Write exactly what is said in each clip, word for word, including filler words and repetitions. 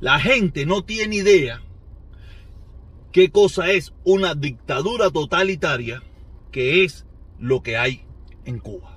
La gente no tiene idea qué cosa es una dictadura totalitaria, que es lo que hay en Cuba.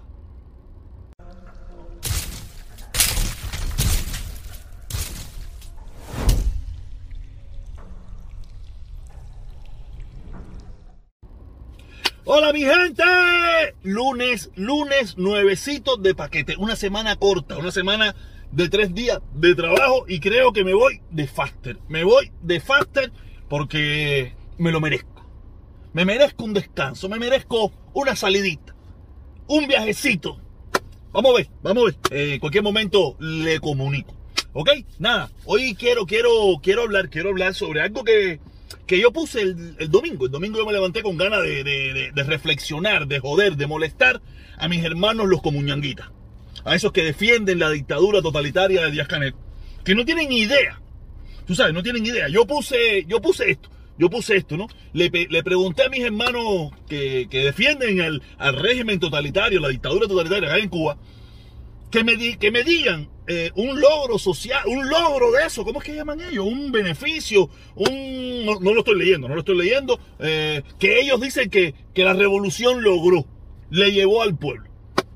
Hola mi gente, lunes, lunes, nuevecitos de paquete, una semana corta, una semana de tres días de trabajo y creo que me voy de faster, me voy de faster porque me lo merezco, me merezco un descanso, me merezco una salidita, un viajecito, vamos a ver, vamos a ver, eh, en cualquier momento le comunico, ok, nada, hoy quiero, quiero, quiero hablar, quiero hablar sobre algo que... que yo puse el, el domingo. El domingo yo me levanté con ganas de, de, de, de reflexionar, de joder, de molestar a mis hermanos los comuñanguitas, a esos que defienden la dictadura totalitaria de Díaz-Canel, que no tienen idea, tú sabes, no tienen idea. Yo puse, yo puse esto, yo puse esto, ¿no? Le, le pregunté a mis hermanos que, que defienden al, al régimen totalitario, la dictadura totalitaria acá en Cuba, que me, di, que me digan eh, un logro social, un logro de eso, ¿cómo es que llaman ellos? Un beneficio, un... No, no lo estoy leyendo, no lo estoy leyendo, eh, que ellos dicen que, que la revolución logró, le llevó al pueblo.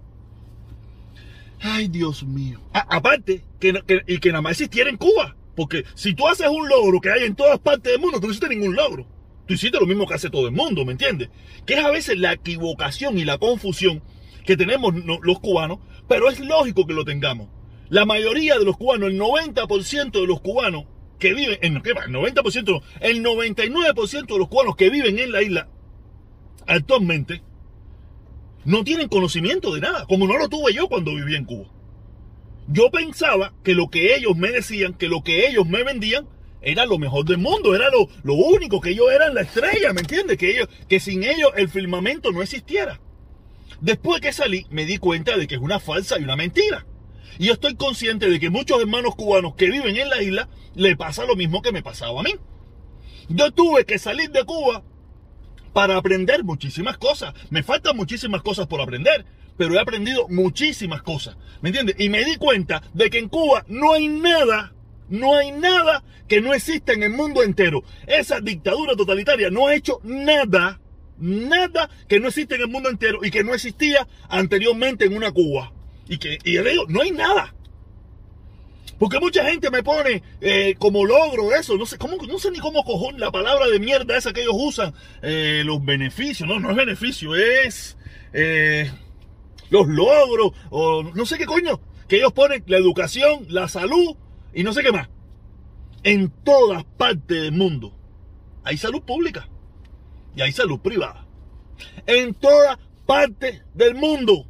Ay, Dios mío. A, aparte, que, que, y que nada más existiera en Cuba, porque si tú haces un logro que hay en todas partes del mundo, tú no hiciste ningún logro. Tú hiciste lo mismo que hace todo el mundo, ¿me entiendes? Que es a veces la equivocación y la confusión que tenemos los cubanos, pero es lógico que lo tengamos. La mayoría de los cubanos, el noventa por ciento de los cubanos que viven, en, ¿qué va? El noventa por ciento, el noventa y nueve por ciento de los cubanos que viven en la isla actualmente no tienen conocimiento de nada, como no lo tuve yo cuando vivía en Cuba. Yo pensaba que lo que ellos me decían, que lo que ellos me vendían, era lo mejor del mundo, era lo, lo único, que ellos eran la estrella, ¿me entiendes? Que ellos, que sin ellos el firmamento no existiera. Después que salí, me di cuenta de que es una falsa y una mentira. Y yo estoy consciente de que muchos hermanos cubanos que viven en la isla, le pasa lo mismo que me pasaba a mí. Yo tuve que salir de Cuba para aprender muchísimas cosas. Me faltan muchísimas cosas por aprender, pero he aprendido muchísimas cosas, ¿me entiendes? Y me di cuenta de que en Cuba no hay nada, no hay nada que no exista en el mundo entero. Esa dictadura totalitaria no ha hecho nada, nada que no existe en el mundo entero y que no existía anteriormente en una Cuba. Y que, y yo digo, no hay nada. Porque mucha gente me pone eh, como logro eso, no sé, cómo, no sé ni cómo cojón la palabra de mierda esa que ellos usan, eh, los beneficios, no, no es beneficio, es eh, los logros, o no sé qué coño, que ellos ponen la educación, la salud y no sé qué más. En todas partes del mundo hay salud pública y hay salud privada. En todas partes del mundo.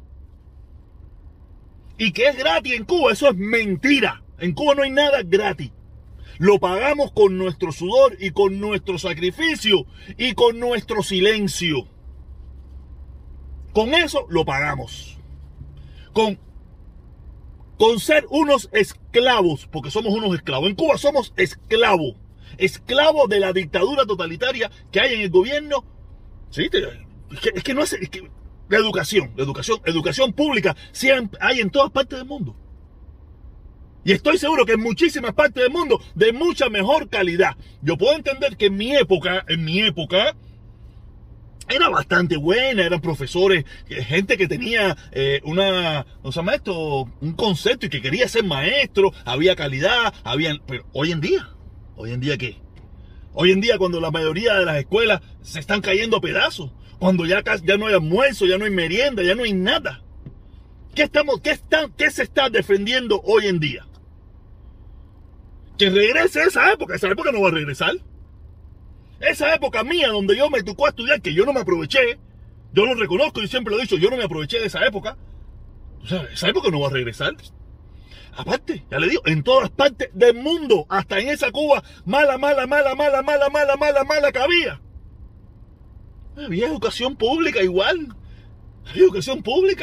Y que es gratis en Cuba, eso es mentira. En Cuba no hay nada gratis. Lo pagamos con nuestro sudor y con nuestro sacrificio y con nuestro silencio. Con eso lo pagamos. Con, con ser unos esclavos, porque somos unos esclavos. En Cuba somos esclavos. Esclavos de la dictadura totalitaria que hay en el gobierno. Sí, te, es, que, es que no hace... Es que, la educación, la educación, educación pública, sí hay en todas partes del mundo. Y estoy seguro que en muchísimas partes del mundo de mucha mejor calidad. Yo puedo entender que en mi época, en mi época, era bastante buena, eran profesores, gente que tenía eh, una, ¿cómo se llama esto? Un concepto y que quería ser maestro, había calidad, había, pero hoy en día, ¿hoy en día qué? Hoy en día cuando la mayoría de las escuelas se están cayendo a pedazos, cuando ya, ya no hay almuerzo, ya no hay merienda, ya no hay nada. ¿Qué, estamos, qué, están, ¿Qué se está defendiendo hoy en día? Que regrese esa época. Esa época no va a regresar. Esa época mía donde yo me tocó estudiar, que yo no me aproveché. Yo lo reconozco y siempre lo he dicho, yo no me aproveché de esa época. O sea, esa época no va a regresar. Aparte, ya le digo, en todas partes del mundo, hasta en esa Cuba mala, mala, mala, mala, mala, mala, mala, mala que había. Había educación pública igual. Había educación pública.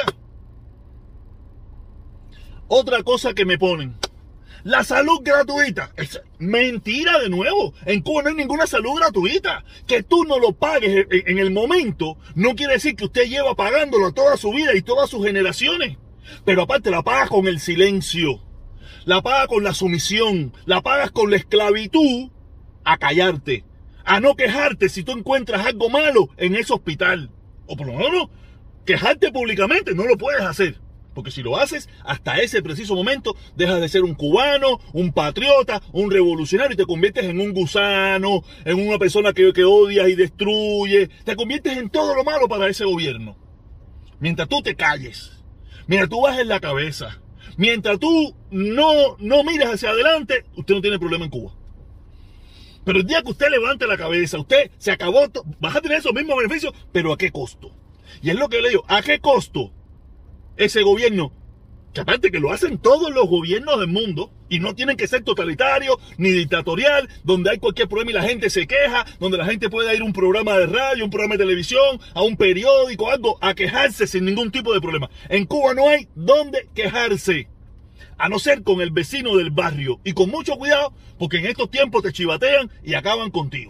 Otra cosa que me ponen. La salud gratuita. Es mentira de nuevo. En Cuba no hay ninguna salud gratuita. Que tú no lo pagues en el momento no quiere decir que usted lleva pagándolo toda su vida y todas sus generaciones. Pero aparte la pagas con el silencio. la pagas con la sumisión, la pagas con la esclavitud a callarte, a no quejarte si tú encuentras algo malo en ese hospital. O por lo menos quejarte públicamente no lo puedes hacer. Porque si lo haces, hasta ese preciso momento dejas de ser un cubano, un patriota, un revolucionario y te conviertes en un gusano, en una persona que, que odias y destruye. Te conviertes en todo lo malo para ese gobierno. Mientras tú te calles, mientras tú bajes la cabeza, mientras tú no, no mires hacia adelante, usted no tiene problema en Cuba. Pero el día que usted levante la cabeza, usted se acabó, vas a tener esos mismos beneficios, pero ¿a qué costo? Y es lo que yo le digo, ¿a qué costo? Ese gobierno, que aparte que lo hacen todos los gobiernos del mundo, y no tienen que ser totalitario ni dictatorial, donde hay cualquier problema y la gente se queja, donde la gente puede ir a un programa de radio, un programa de televisión, a un periódico, algo, a quejarse sin ningún tipo de problema. En Cuba no hay donde quejarse, a no ser con el vecino del barrio, y con mucho cuidado, porque en estos tiempos te chivatean y acaban contigo.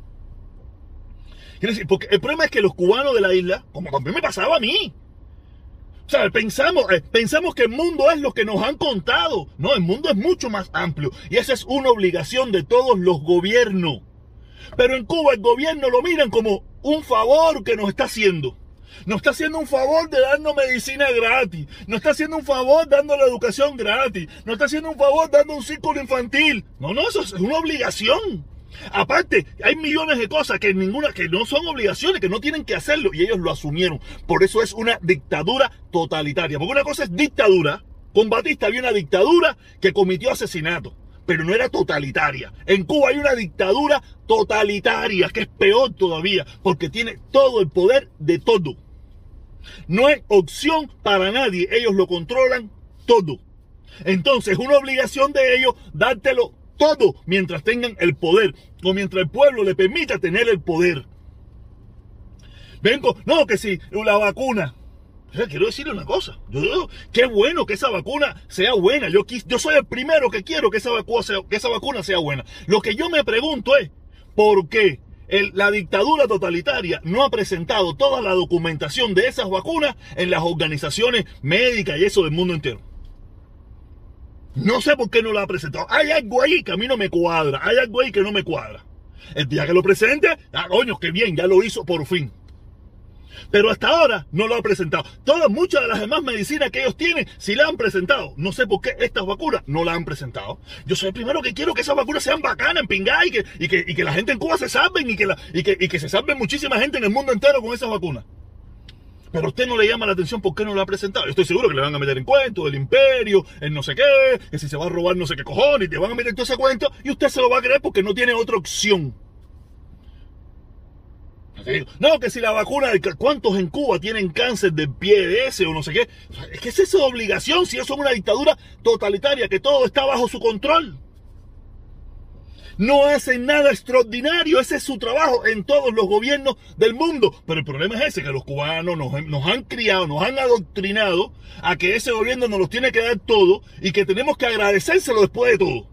Quiere decir, porque el problema es que los cubanos de la isla, como también me pasaba a mí, o sea, pensamos, eh, pensamos que el mundo es lo que nos han contado. No, el mundo es mucho más amplio. Y esa es una obligación de todos los gobiernos. Pero en Cuba el gobierno lo miran como un favor que nos está haciendo. Nos está haciendo un favor de darnos medicina gratis. Nos está haciendo un favor dando la educación gratis. Nos está haciendo un favor dando un círculo infantil. No, no, eso es una obligación. Aparte, hay millones de cosas que ninguna, que no son obligaciones, que no tienen que hacerlo, y ellos lo asumieron. Por eso es una dictadura totalitaria. Porque una cosa es dictadura. Con Batista había una dictadura que cometió asesinato, pero no era totalitaria. En Cuba hay una dictadura totalitaria, que es peor todavía, porque tiene todo el poder de todo. No hay opción para nadie, ellos lo controlan todo. Entonces es una obligación de ellos dártelo todo mientras tengan el poder, o mientras el pueblo le permita tener el poder. Vengo, no, que si la vacuna. O sea, quiero decirle una cosa. Yo digo, qué bueno que esa vacuna sea buena. Yo, yo soy el primero que quiero que esa, vacuna sea, que esa vacuna sea buena. Lo que yo me pregunto es, ¿por qué el, la dictadura totalitaria no ha presentado toda la documentación de esas vacunas en las organizaciones médicas y eso del mundo entero? No sé por qué no lo ha presentado. Hay algo ahí que a mí no me cuadra. Hay algo ahí que no me cuadra. El día que lo presente, ah, coño, qué bien, ya lo hizo por fin. Pero hasta ahora no lo ha presentado. Todas, muchas de las demás medicinas que ellos tienen, sí la han presentado. No sé por qué estas vacunas no la han presentado. Yo soy el primero que quiero que esas vacunas sean bacanas, en pingá, y que, y que, y que la gente en Cuba se salven, y que, la, y, que, y que se salven muchísima gente en el mundo entero con esas vacunas. Pero a usted no le llama la atención por qué no lo ha presentado. Yo estoy seguro que le van a meter en cuento el imperio, el no sé qué, que si se va a robar no sé qué cojones, y te van a meter todo ese cuento, y usted se lo va a creer porque no tiene otra opción. No, que si la vacuna, ¿cuántos en Cuba tienen cáncer del pie de ese o no sé qué? Es que esa es su obligación, si eso es una dictadura totalitaria, que todo está bajo su control. No hacen nada extraordinario, ese es su trabajo en todos los gobiernos del mundo. Pero el problema es ese, que los cubanos nos, nos han criado, nos han adoctrinado a que ese gobierno nos los tiene que dar todo y que tenemos que agradecérselo después de todo.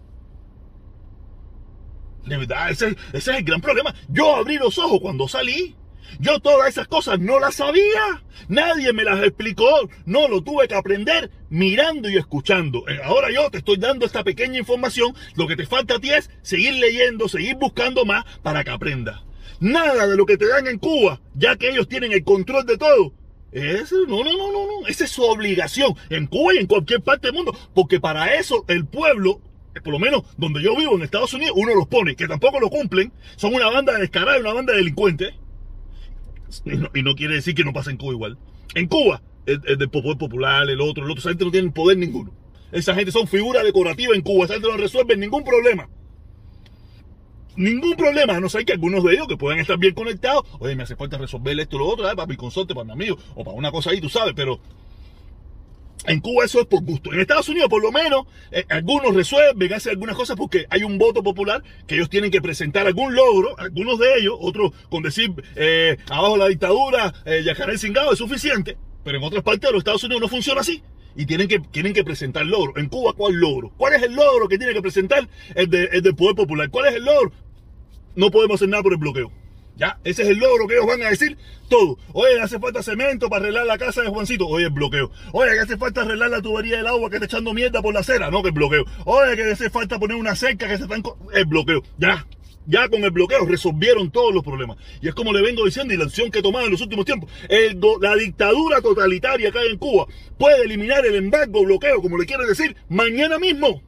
De verdad, ese, ese es el gran problema. Yo abrí los ojos cuando salí. Yo todas esas cosas no las sabía. Nadie me las explicó. No, lo tuve que aprender mirando y escuchando. Ahora yo te estoy dando esta pequeña información. Lo que te falta a ti es seguir leyendo, seguir buscando más para que aprendas. Nada de lo que te dan en Cuba, ya que ellos tienen el control de todo. Eso, no, no, no, no, no. Esa es su obligación en Cuba y en cualquier parte del mundo. Porque para eso el pueblo, por lo menos donde yo vivo en Estados Unidos, uno los pone, que tampoco lo cumplen. Son una banda de descarados y una banda de delincuentes. Y no, y no quiere decir que no pase en Cuba igual. En Cuba, el, el del poder popular, el otro, el otro, esa gente no tiene poder ninguno. Esa gente son figuras decorativas en Cuba. Esa gente no resuelve ningún problema. Ningún problema, a no ser que algunos de ellos que puedan estar bien conectados, oye, me hace falta resolver esto o lo otro, ¿eh? Para mi consorte, para mi amigo, o para una cosa ahí, tú sabes, pero en Cuba eso es por gusto. En Estados Unidos, por lo menos, eh, algunos resuelven, hacen algunas cosas porque hay un voto popular que ellos tienen que presentar algún logro, algunos de ellos, otros con decir, eh, abajo la dictadura, eh, Yacaré Cingado es suficiente, pero en otras partes de los Estados Unidos no funciona así. Y tienen que, tienen que presentar logro. En Cuba, ¿cuál logro? ¿Cuál es el logro que tiene que presentar el, de, el del poder popular? ¿Cuál es el logro? No podemos hacer nada por el bloqueo. Ya, ese es el logro que ellos van a decir todo. Oye, hace falta cemento para arreglar la casa de Juancito. Oye, el bloqueo. Oye, que hace falta arreglar la tubería del agua que está echando mierda por la acera. No, que el bloqueo. Oye, que hace falta poner una cerca que se están... El bloqueo. Ya. Ya con el bloqueo resolvieron todos los problemas. Y es como le vengo diciendo, y la acción que he tomado en los últimos tiempos, el, la dictadura totalitaria que hay en Cuba puede eliminar el embargo, bloqueo, como le quieren decir, mañana mismo.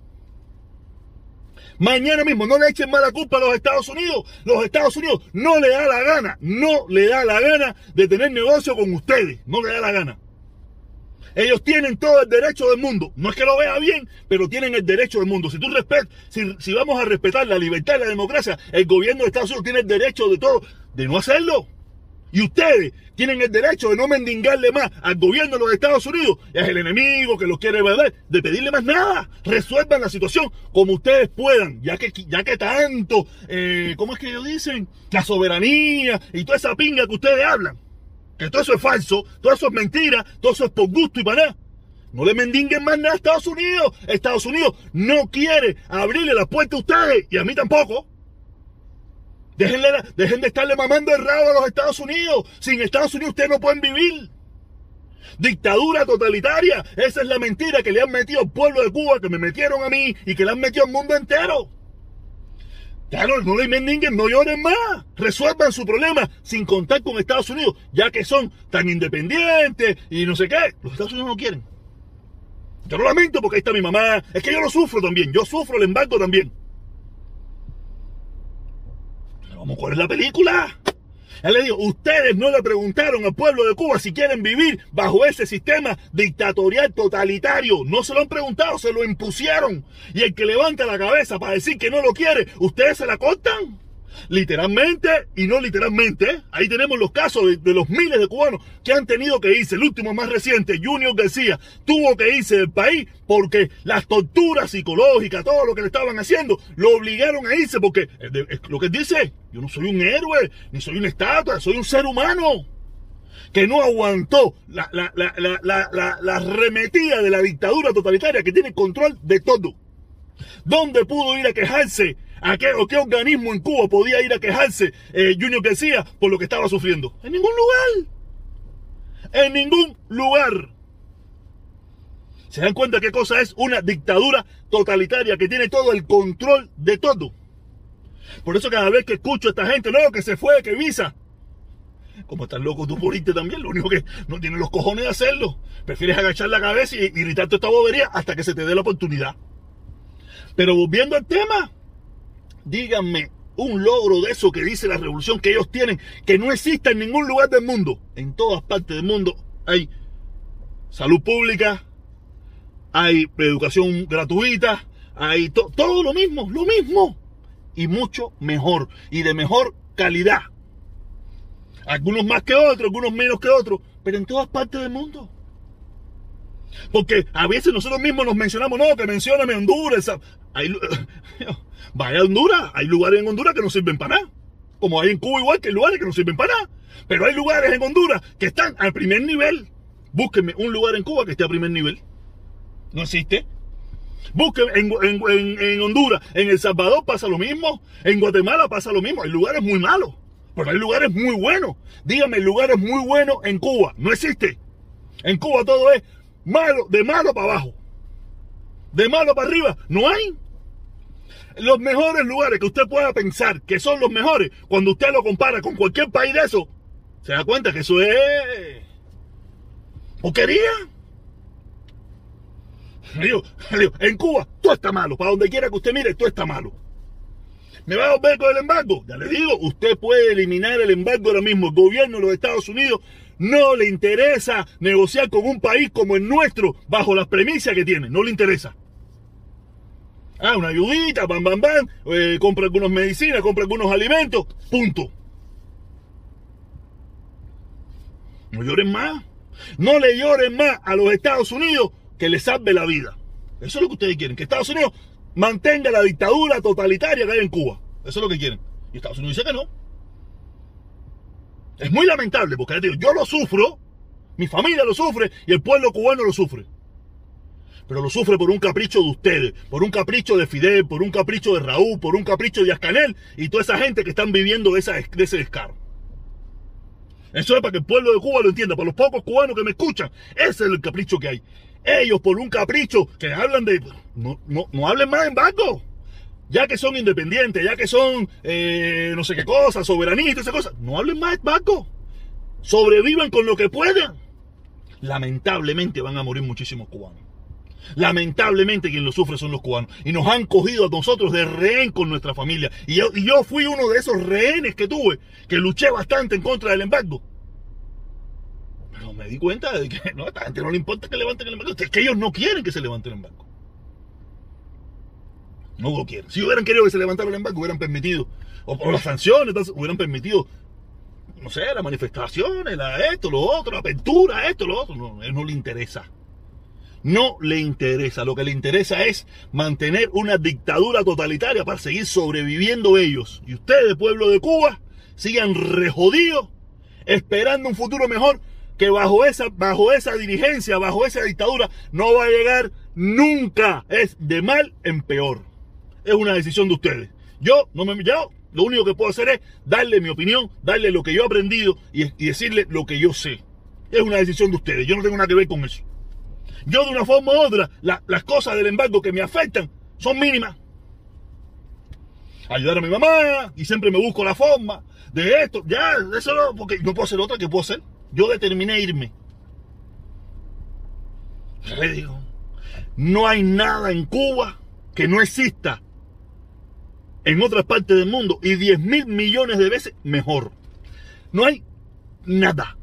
Mañana mismo. No le echen mala culpa a los Estados Unidos. Los Estados Unidos no le da la gana, no le da la gana de tener negocio con ustedes. No le da la gana. Ellos tienen todo el derecho del mundo. No es que lo vea bien, pero tienen el derecho del mundo. Si tú respet, si, si vamos a respetar la libertad y la democracia, el gobierno de Estados Unidos tiene el derecho de todo, de no hacerlo. Y ustedes tienen el derecho de no mendigarle más al gobierno de los Estados Unidos, es el enemigo que los quiere ver, de pedirle más nada. Resuelvan la situación como ustedes puedan, ya que, ya que tanto, eh, ¿cómo es que ellos dicen? La soberanía y toda esa pinga que ustedes hablan. Que todo eso es falso, todo eso es mentira, todo eso es por gusto y para nada. No le mendiguen más nada a Estados Unidos. Estados Unidos no quiere abrirle la puerta a ustedes y a mí tampoco. Déjenle, dejen de estarle mamando el rabo a los Estados Unidos. Sin Estados Unidos ustedes no pueden vivir. Dictadura totalitaria. Esa es la mentira que le han metido al pueblo de Cuba, que me metieron a mí y que le han metido al mundo entero. Claro, no le mendiguen, no lloren más. Resuelvan su problema sin contar con Estados Unidos, ya que son tan independientes y no sé qué. Los Estados Unidos no quieren. Yo lo lamento porque ahí está mi mamá. Es que yo lo sufro también. Yo sufro el embargo también. Pero vamos, ¿cuál es la película? Ya le digo, ustedes no le preguntaron al pueblo de Cuba si quieren vivir bajo ese sistema dictatorial totalitario. No se lo han preguntado, se lo impusieron. Y el que levanta la cabeza para decir que no lo quiere, ustedes se la cortan. Literalmente y no literalmente. Ahí tenemos los casos de, de los miles de cubanos que han tenido que irse. El último más reciente, Junior García, tuvo que irse del país porque las torturas psicológicas, todo lo que le estaban haciendo, lo obligaron a irse porque, lo que él dice, yo no soy un héroe, ni soy una estatua, soy un ser humano que no aguantó la, la, la, la, la, la, la arremetida de la dictadura totalitaria que tiene control de todo. ¿Dónde pudo ir a quejarse? ¿A qué, o qué organismo en Cuba podía ir a quejarse eh, Junior García por lo que estaba sufriendo? En ningún lugar. En ningún lugar. ¿Se dan cuenta qué cosa es una dictadura totalitaria que tiene todo el control de todo? Por eso cada vez que escucho a esta gente, no, que se fue, que visa. Como estás loco tú por irte también, lo único que no tienes los cojones de hacerlo. Prefieres agachar la cabeza y, y gritar toda esta bobería hasta que se te dé la oportunidad. Pero volviendo al tema, díganme un logro de eso que dice la revolución que ellos tienen, que no existe en ningún lugar del mundo. En todas partes del mundo hay salud pública, hay educación gratuita, hay to todo lo mismo, lo mismo. Y mucho mejor, y de mejor calidad. Algunos más que otros, algunos menos que otros, pero en todas partes del mundo. Porque a veces nosotros mismos nos mencionamos, no, que mencióname Honduras. Hay, vaya a Honduras, hay lugares en Honduras que no sirven para nada. Como hay en Cuba igual que hay lugares que no sirven para nada. Pero hay lugares en Honduras que están al primer nivel. Búsquenme un lugar en Cuba que esté a primer nivel. No existe. Busquen en, en, en, en Honduras, en El Salvador pasa lo mismo. En Guatemala pasa lo mismo. Hay lugares muy malos, pero hay lugares muy buenos. Dígame, lugares muy buenos en Cuba. No existe. En Cuba todo es malo, de malo para abajo. De malo para arriba. No hay. Los mejores lugares que usted pueda pensar que son los mejores, cuando usted lo compara con cualquier país de eso, se da cuenta que eso es porquería. Digo, digo, en Cuba todo está malo. Para donde quiera que usted mire, todo está malo. ¿Me va a volver con el embargo? Ya le digo, usted puede eliminar el embargo ahora mismo. El gobierno de los Estados Unidos no le interesa negociar con un país como el nuestro bajo las premisas que tiene. No le interesa. Ah, una ayudita, bam, bam, bam, eh, compra algunas medicinas, compra algunos alimentos, punto. No lloren más. No le lloren más a los Estados Unidos que les salve la vida. Eso es lo que ustedes quieren, que Estados Unidos mantenga la dictadura totalitaria que hay en Cuba. Eso es lo que quieren. Y Estados Unidos dice que no. Es muy lamentable porque digo, yo lo sufro, mi familia lo sufre y el pueblo cubano lo sufre. Pero lo sufre por un capricho de ustedes, por un capricho de Fidel, por un capricho de Raúl, por un capricho de Ascanel y toda esa gente que están viviendo de, esa, de ese descaro. Eso es para que el pueblo de Cuba lo entienda, para los pocos cubanos que me escuchan. Ese es el capricho que hay. Ellos por un capricho que hablan de... No, no, no hablen más en banco. Ya que son independientes, ya que son eh, no sé qué cosas, soberanistas, esas cosas. No hablen más en banco. Sobrevivan con lo que puedan. Lamentablemente van a morir muchísimos cubanos. Lamentablemente quien lo sufre son los cubanos. Y nos han cogido a nosotros de rehén con nuestra familia. Y yo, y yo fui uno de esos rehenes que tuve, que luché bastante en contra del embargo. Pero me di cuenta de que no, a esta gente no le importa que levanten el embargo. Es que ellos no quieren que se levante el embargo. No lo quieren. Si hubieran querido que se levantara el embargo, hubieran permitido. O por las sanciones, hubieran permitido, no sé, las manifestaciones, la, esto, lo otro, la apertura, esto, lo otro. No, a él no le interesa. No le interesa. Lo que le interesa es mantener una dictadura totalitaria para seguir sobreviviendo ellos. Y ustedes, pueblo de Cuba, sigan rejodidos, esperando un futuro mejor, que bajo esa, bajo esa dirigencia, bajo esa dictadura, no va a llegar nunca. Es de mal en peor. Es una decisión de ustedes. Yo, no me, yo lo único que puedo hacer es darle mi opinión, darle lo que yo he aprendido y, y decirle lo que yo sé. Es una decisión de ustedes. Yo no tengo nada que ver con eso. Yo de una forma u otra, la, las cosas del embargo que me afectan son mínimas. Ayudar a mi mamá, y siempre me busco la forma de esto. Ya, eso no, porque no puedo hacer otra que puedo hacer. Yo determiné irme. Le digo, no hay nada en Cuba que no exista en otras partes del mundo y diez mil millones de veces mejor. No hay nada.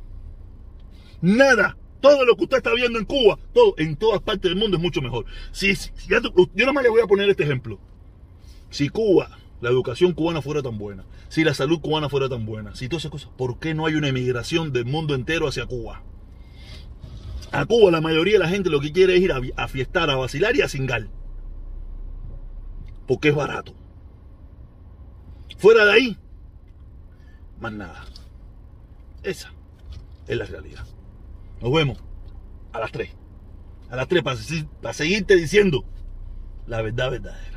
Nada. Todo lo que usted está viendo en Cuba, todo en todas partes del mundo es mucho mejor. Si, si, yo, yo nomás le voy a poner este ejemplo. Si Cuba, la educación cubana fuera tan buena, si la salud cubana fuera tan buena, si todas esas cosas, ¿por qué no hay una emigración del mundo entero hacia Cuba? A Cuba la mayoría de la gente lo que quiere es ir a, a fiestar, a vacilar y a cingar. Porque es barato. Fuera de ahí, más nada. Esa es la realidad. Nos vemos a las tres. A las tres para, para seguirte diciendo la verdad verdadera.